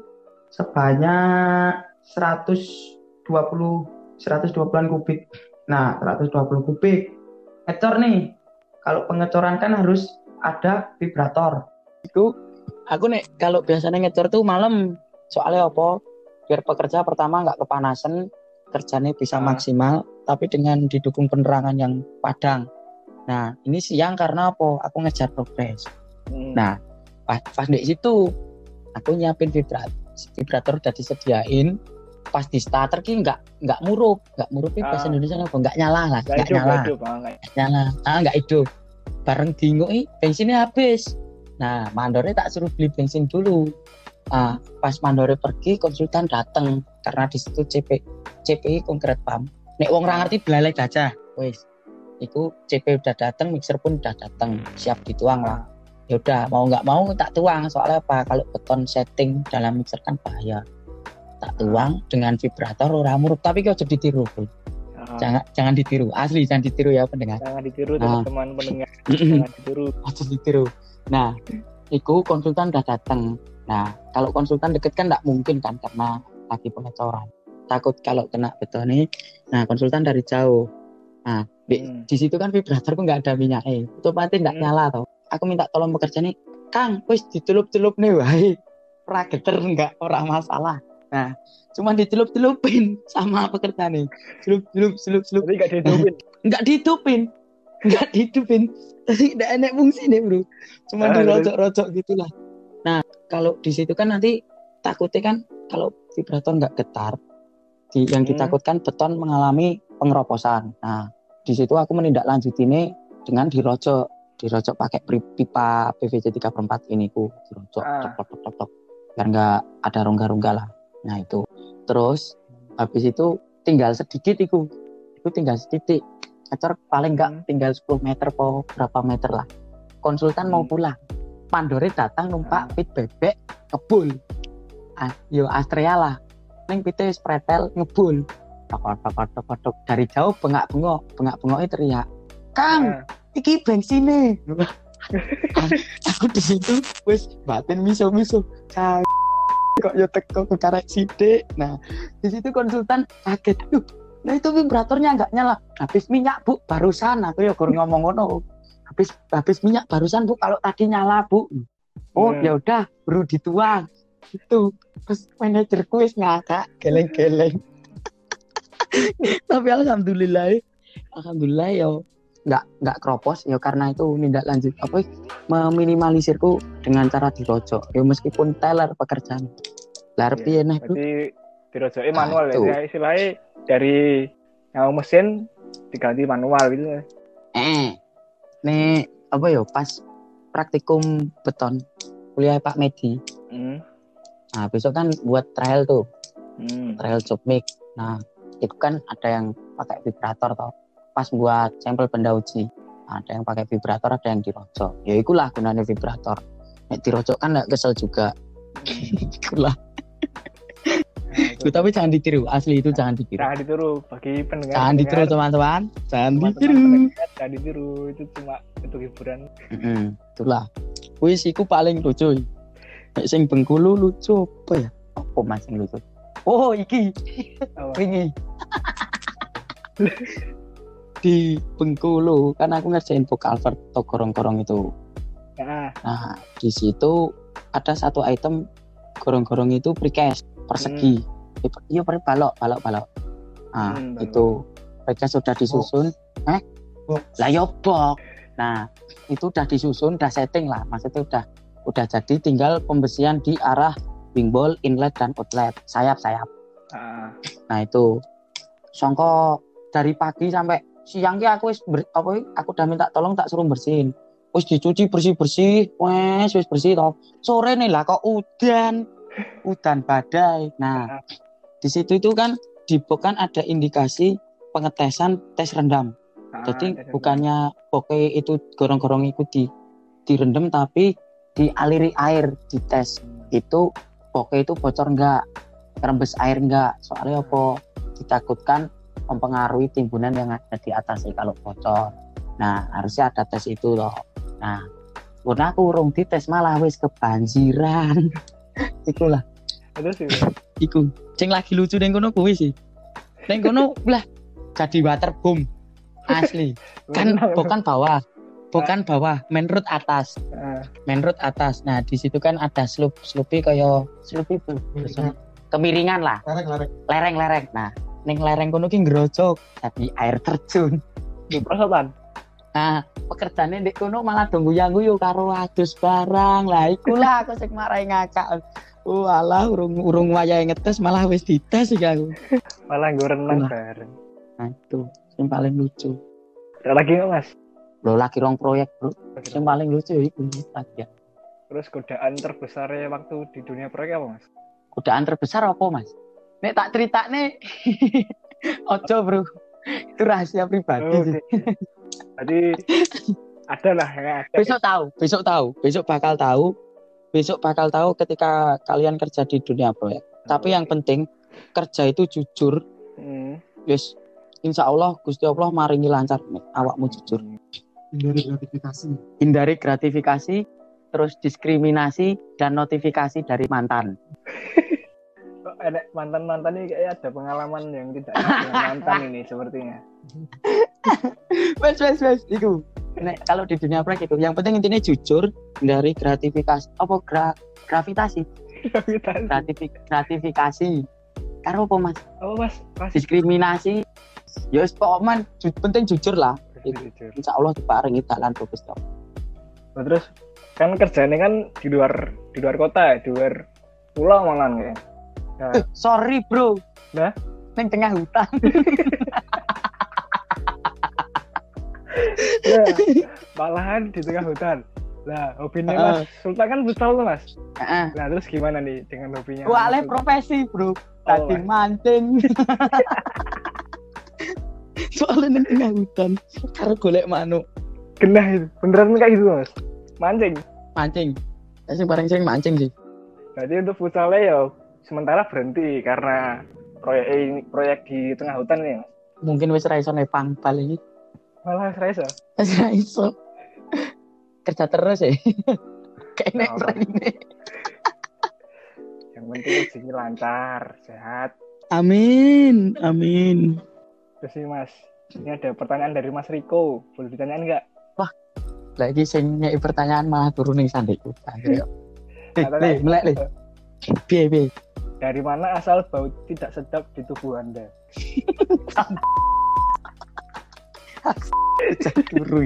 sebanyak seratus dua puluh seratus dua puluh kubik. Nah, seratus dua puluh kubik. Ngecor nih. Kalau pengecoran kan harus ada vibrator. Itu aku nek kalau biasanya ngecor tuh malam. Soalnya apa? Biar pekerja pertama nggak kepanasan, kerjanya bisa Ah. maksimal, tapi dengan didukung penerangan yang padang. Nah, ini siang karena apa? Aku ngejar progres. Hmm. Nah, pas, pas di situ aku nyiapin vibrator, vibrator udah disediain. Pas di starter ki nggak nggak murup, nggak murup itu bahasa Ah. Indonesia apa? Nggak nyala lah, nggak nggak hidup, nyala, nggak hidup, ah, nggak- nggak nyala, ah nggak hidup. Bareng bingung, ih bensinnya habis. Nah, mandornya tak suruh beli bensin dulu. Ah, pas mandornya pergi, konsultan datang karena di situ C P C P I konkret pam. Nek wong ora ngerti belalai gajah, wis. Iku C P udah datang, mixer pun udah datang, siap dituang lah. Ya udah, mau nggak mau tak tuang. Soalnya apa? Kalau beton setting dalam mixer kan bahaya. Tak tuang dengan vibrator ora murup, tapi kok jadi ditiru, Bro. Ah, Jangan jangan ditiru, asli jangan ditiru ya pendengar. jangan ditiru Ah. teman-teman pendengar, jangan ditiru. Aja ditiru. Nah, iku konsultan udah datang. Nah, kalau konsultan deket kan nggak mungkin kan karena lagi pengecoran. Takut kalau kena beton nih. Nah, konsultan dari jauh. Nah, di, Hmm. di situ kan vibratorku nggak ada minyak. Eh, otomatis nggak Hmm. nyala toh. Aku minta tolong pekerja nih, Kang, wis ditelup-telup nih, wae. Ora geter nggak, ora masalah. Nah, cuma ditelup-telupin sama pekerja nih. Selup, selup, selup, selup. Tapi nggak dihidupin. Nggak dihidupin. Nggak dihidupin. Jadi nggak enak fungsi nih, Bro. Cuma Ah, dirocok-rocok gitulah. Nah, kalau di situ kan nanti takutnya kan kalau vibrator nggak getar, di, yang Hmm. ditakutkan beton mengalami pengeroposan. Nah, di situ aku menindaklanjuti ini dengan dirocok, dirocok pakai pri- pipa P V C tiga per empat ini ku dirocok, Ah. tok, tok, tok, tok, tok. Biar nggak ada rongga-rongga lah. Nah itu, terus habis itu tinggal sedikit itu, itu tinggal sedikit. Ngecor paling nggak Hmm. tinggal sepuluh meter po berapa meter lah. Konsultan mau Hmm. pulang. Mandore datang numpak Ah. pit bebek ngebul. Ah, yo Astrea lah. Neng pite wis pretel ngebul. Tok tok tok tok tok dari jauh bengak-bengok, bengak-bengoke teriak. Kang, Ah. iki bensine. Aku di situ wis batin miso-miso. Cang, kok yo teko ke karek sithik. Nah, di situ konsultan kaget. Duh, nah itu vibratornya nggak nyala. Habis minyak, Bu, barusan. Aku yo gur ngomong ngono. Habis habis minyak barusan, Bu, kalau tadi nyala, Bu. Oh, Hmm. ya udah, bro dituang. Itu terus manajerku wis ngakak geleng-geleng. Tapi alhamdulillah, alhamdulillah ya nggak nggak kropos ya karena itu nindak lanjut apa meminimalisirku dengan cara dirojok ya meskipun teler pekerjaan lar Iya. piye nah bro. Berarti dirojoki Nah, manual itu. ya. Istilahnya dari yang mesin diganti manual gitu. eh nih apa ya pas praktikum beton kuliah Pak Medi. Hmm. Nah besok kan buat trial tuh Hmm. trial job make. Nah itu kan ada yang pakai vibrator toh pas buat sampel benda uji ada yang pakai vibrator ada yang dirojok ya ikulah gunanya vibrator nek dirojok kan nggak kesel juga. ikulah Nah, itu. tapi jangan ditiru asli itu jangan ditiru Jangan ditiru bagi pendengar. jangan ditiru teman-teman jangan Teman-teman ditiru pendengar, jangan ditiru itu cuma untuk hiburan. mm-hmm. Itulah wis iku paling lucu nek sing Bengkulu lucu apa ya apa mas yang lucu oh iki Oh. wingi di Bengkulu kan aku ngerjain vokal atau gorong-gorong itu. Nah, Nah di situ ada satu item gorong-gorong itu precast persegi. Iya hmm. balok balok balok. Nah Hmm, itu precast sudah disusun. Oh. Eh? Oh. Lah yo bok. Nah itu udah disusun, udah setting lah. Maksudnya udah udah jadi tinggal pembesian di arah wingbowl, inlet dan outlet, sayap-sayap. ah. Nah itu songko dari pagi sampai siang ki aku wis ber, apa aku udah minta tolong tak suruh bersihin. Wis dicuci bersih-bersih, wes wis bersih toh. Sore nih lah kok udan. Udan badai. Nah, di situ itu kan di bok kan ada indikasi pengetesan tes rendam. Ah, Jadi tes bukannya boknya itu gorong-gorong itu di direndam tapi dialiri air di tes. Itu boknya itu bocor enggak? Kerembes air enggak? Soalnya apa? Ditakutkan mempengaruhi timbunan yang ada di atas kalau bocor. Nah, harusnya ada tes itu loh. Nah, karena aku urung dites malah wis kebanjiran. Iku lah. Terus sih. Iku. Sing lagi lucu ning kono kuwi sih. Ning kono lah jadi waterboom. Asli. Kan bukan bawah. Bukan bawah, main road atas. Main road atas. Nah, di situ kan ada slope, slope kayak slope kemiringan lah. Lereng-lereng. Lereng-lereng. Nah, ning lereng kono ki ngrojok jadi air terjun di prosotan. Nah, pekerjaane ndek kono malah do guyang-guyu karo adus barang. Lah ikulah aku sing marai ngakak. Oh alah urung urung wayahe ngetes malah wis dites iki aku. Malah nggo renang bareng. Nah, itu yang paling lucu. Ada lagi enggak, Mas? Lo lagi rong proyek, Bro. Yang paling lucu iku lagi. Terus godaan terbesarnya waktu di dunia proyek apa, Mas? Godaan terbesar apa, Mas? Nek tak critakne ojo, Bro. Itu rahasia pribadi Oh, sih. okay. Jadi ada lah ya. Ada. Besok tahu, besok tahu, besok bakal tahu, besok bakal tahu ketika kalian kerja di dunia proyek. Oh, Tapi okay. Yang penting kerja itu jujur. Hmm. Yes, insya Allah Gusti Allah maringi lancar nih, awakmu jujur. Hindari gratifikasi. Hindari gratifikasi, terus diskriminasi dan notifikasi dari mantan. Ada mantan-mantan ini kayak ada pengalaman yang tidak dengan mantan ini sepertinya. Wes wes wes itu. Nek kalau di dunia proyek itu yang penting intinya jujur dari gratifikasi apa gra, gravitasi. Gravitasi. Gratifik, gratifikasi. Karo apa Mas? Oh Mas, Mas. Diskriminasi. Ya wis pokoknya ju, penting jujur lah. Jujur. Insya Allah diparingi dalan bagus toh. Nah, terus kan kerjanya kan di luar di luar kota ya, di luar pulau malah ya. Nah. Eh, sorry bro. Nah, neng tengah hutan. Ya, malahan di tengah hutan. Lah, hobinya uh, Mas Sultan kan futsal tuh Mas. Uh, nah, terus gimana nih dengan hobinya? Wah, profesi bro. Tadi oh, mancing. Soalnya neng tengah hutan. Karena golek manuk. Genah itu. Beneran kayak gitu Mas? Mancing. Mancing. Saya sih paling sering mancing sih. Jadi untuk futsalnya ya sementara berhenti karena proyek ini proyek di tengah hutan nih. Mungkin wis ra iso nepang bali. Malah ra iso. Wis ra iso. Kerja terus ya. Kayak nek ini. Yang penting rezeki lancar, sehat. Amin, amin. Terus nih Mas, ini ada pertanyaan dari Mas Riko. Boleh ditanyain enggak? Wah, lagi sing nyek pertanyaan malah turun ning sandiku. Eh, Kata- le, melek le. Piye piye. Dari mana asal bau tidak sedap di tubuh Anda? Turu.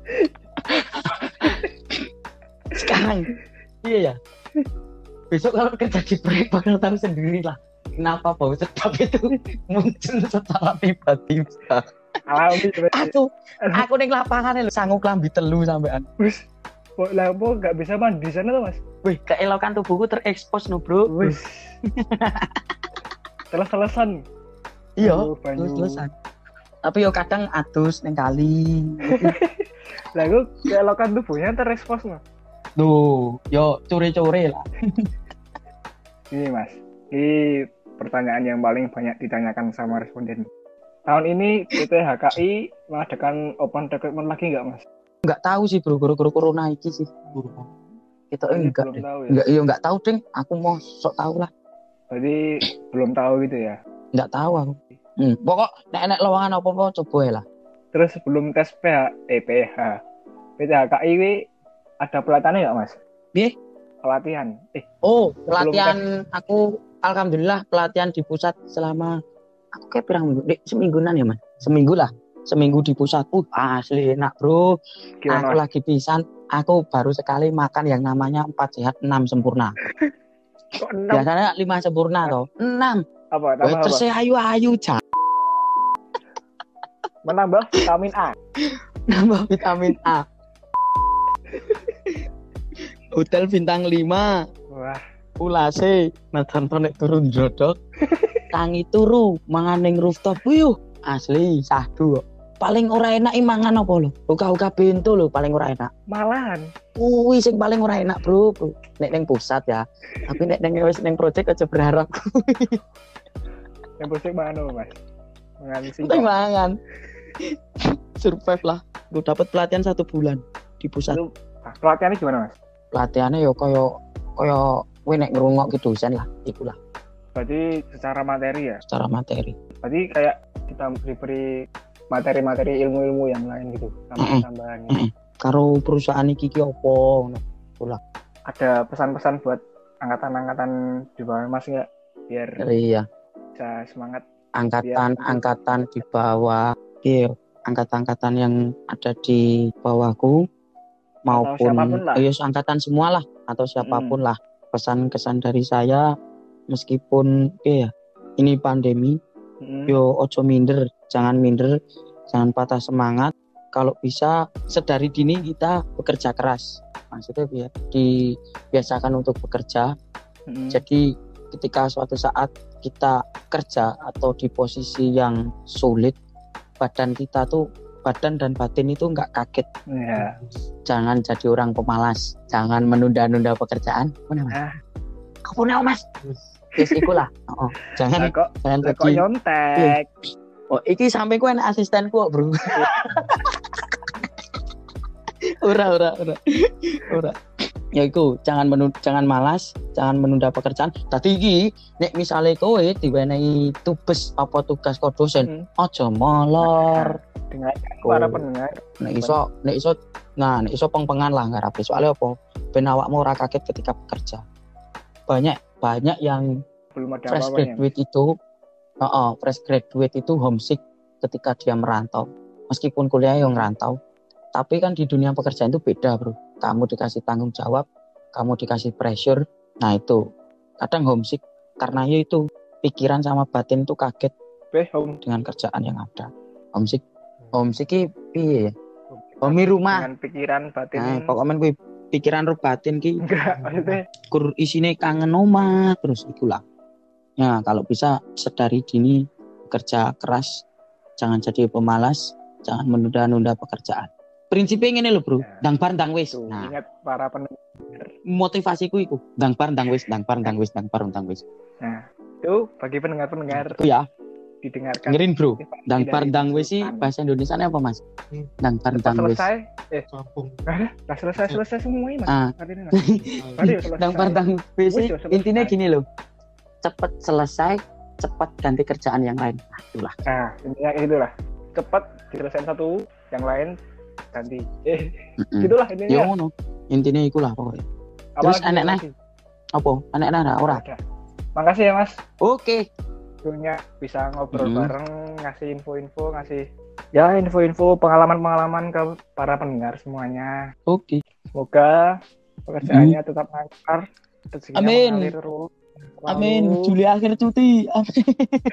Sekarang iya ya. Besok kalau kerja di proyek bakal tahu sendiri lah. Kenapa bau sedap itu muncul secara tiba-tiba. Alami berarti. Aku aku ning lapangan lho sanggup klambi telu sampean. Wis, kok lah kok nggak bisa mandi di sana tuh Mas? Wih, keelokan tubuhku terekspos no, Bro. Wis. Teles-telesan. Iya, Aduh, banyu. terus-terusan. Tapi yo kadang adus ning kali. Lah kok keelokan tubuhnya terekspos Mas. Duh, yo core-core lah. Ini Mas, ini pertanyaan yang paling banyak ditanyakan sama responden. Tahun ini P T H K I mengadakan open recruitment lagi nggak Mas? Enggak tahu sih, Bro, gara-gara corona iki sih. Kita Ini enggak belum deh. tahu ya. Enggak, iya enggak tahu, Ding. Aku mau sok tahu lah. Berarti belum tahu gitu ya. Enggak tahu aku. Hmm, pokok nek-nek lowongan apa-apa coba ya lah. Terus sebelum tes P H, eh P H, P T H K I ini ada pelatihannya nggak Mas? Piye? Pelatihan. Eh, Oh, pelatihan aku alhamdulillah pelatihan di pusat selama aku kayak pirang minggu, Dek, semingguan ya, Mas. Seminggu lah. Seminggu di pusat. Uh, asli enak, Bro. gimana Aku Mas? lagi pisan, aku baru sekali makan yang namanya empat sehat enam sempurna. Kok enam? Biasanya lima sempurna toh. enam. Apa? Tambah apa? Terus ayu-ayu cak. Menambah vitamin A. Nambah vitamin A. Hotel bintang lima. Wah, Pulase nonton nek turun jodok. Tangi turu mangan ning rooftop yuk. Asli sahdu kok. Paling ora enak mangan apa lho? Uga-uga bento lho paling ora enak. malahan. Kuwi sing paling ora enak, Bro. Bro. Nek ning pusat ya. Tapi nek ning wis ning project aja berharap. Yang pusing mana Mas? Mengan Penting singkong. mangan. Survive lah. Gue dapat pelatihan satu bulan di pusat. Itu ah, pelatihannya gimana Mas? Pelatihannya yo koyo koyo kowe nek ngrungok ki dosen lah, ikulah Berarti secara materi ya. secara materi. Berarti kayak kita diberi materi-materi ilmu-ilmu yang lain gitu, tambahan-tambahannya. Mm-mm. Karo perusahaan iki ki opo ngono. Ada pesan-pesan buat angkatan-angkatan di bawah Mas nggak? Biar Iya, bisa semangat. angkatan-angkatan di bawah, iya, angkatan-angkatan yang ada di bawahku maupun siapapun lah. ya angkatan semua lah atau siapapun lah. Pesan-kesan dari saya meskipun iya ini pandemi, Hmm. yo ojo minder, jangan minder, jangan patah semangat. Kalau bisa sedari dini kita bekerja keras. Maksudnya biar dibiasakan untuk bekerja. Hmm. Jadi ketika suatu saat kita kerja atau di posisi yang sulit, badan kita tuh badan dan batin itu nggak kaget. Ya. Jangan jadi orang pemalas, jangan menunda-nunda pekerjaan. Mana Mas? Ah. Aku punya Mas. Yes, ikulah. Oh, jangan Lah kok, jangan lah kok pergi. nyontek. Oh, iki sampai ku enak asistenku kok, Bro. ora, ora, ora. Ora. Ya iku, jangan menunda, jangan malas, jangan menunda pekerjaan. Tadi iki nek misale kowe diwenehi tugas apa tugas kok dosen, Hmm. aja molor. Dengarkan Oh. para pendengar. Nek iso, nek iso, nah nek iso peng-pengan lah ngarape. Soalnya apa? Ben awakmu ora kaget ketika bekerja. Banyak banyak yang Belum ada fresh apa-apanya. graduate itu, heeh, fresh graduate itu homesick ketika dia merantau. Meskipun kuliah yang ngerantau, tapi kan di dunia pekerjaan itu beda, Bro. Kamu dikasih tanggung jawab, kamu dikasih pressure. Nah itu kadang homesick karena ya itu pikiran sama batin itu kaget Be, home. dengan kerjaan yang ada. Homesick, homesick ki piye ya? Homi rumah. Dengan pikiran batin. Nah, pokoknya kuwi pikiran ro batin ki Enggak, maksudnya kur isine kangen omah terus ikulah. Ya, kalau bisa sedari dini bekerja keras, jangan jadi pemalas, jangan menunda-nunda pekerjaan. Prinsipnya ngene lho, Bro. Ya. Dang bar dang wis. tuh, Nah, ingat para pendengar. motivasiku iku, dang bar dang wis, dang bar dang wis, dang bar dang wis. Nah, itu bagi pendengar-pendengar Itu ya, didengarkan. dengerin, Bro. Motivasi Dang dari bar dang Mas wis sih Sultan. bahasa Indonesianya apa, Mas? Dang bar Lepas dang wis. selesai, eh, lah selesai selesai semua ini Mas. Ah. Artinya nggak? Tadi ya selesai. Dang bar dang wis sih Wis, selesai. intinya gini loh. Cepet selesai, cepet ganti kerjaan yang lain. Nah, itulah. Nah, intinya itulah. Cepat diselesaikan satu, yang lain ganti. Eh, Mm-mm. gitulah Ya intinya. ngono. Intinya ikulah pokoknya. Apa terus lagi, enak apa nah. lagi? Apa? Anak-anak ora? Udah. Makasih ya Mas. Oke. Akhirnya bisa ngobrol Hmm. bareng, ngasih info-info, ngasih ya info-info pengalaman-pengalaman ke para pendengar semuanya. Oke. Semoga pekerjaannya tetap lancar, rezekinya Amin. mengalir terus. Selalu. Amin. Juli akhir cuti. Amin.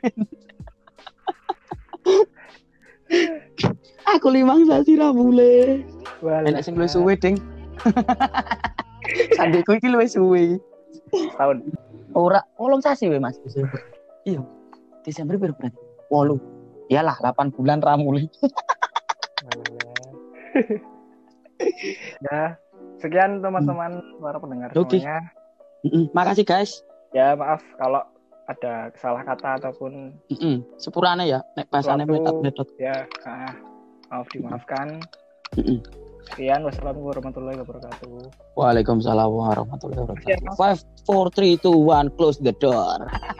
Aku limang sasi ra boleh. Walah. Enak sing luwih suwe, Ding. Sandeku iki luwih suwe. Tahun. Ora, wolong sasi we, Mas. Desember. Iya. Desember piro berarti? wolu. Iyalah, delapan bulan ra mulih. Ya, sekian teman-teman para pendengar Oke. semuanya. Heeh. Makasih, guys. Ya, maaf kalau ada salah kata ataupun Heeh. Sepurane ya, nek pasane Suatu- metode-metode. ya ah, maaf dimaafkan. Heeh. Sekian, wassalamualaikum warahmatullahi wabarakatuh. Waalaikumsalam warahmatullahi wabarakatuh. Siap, Mas. five, four, three, two, one, close the door.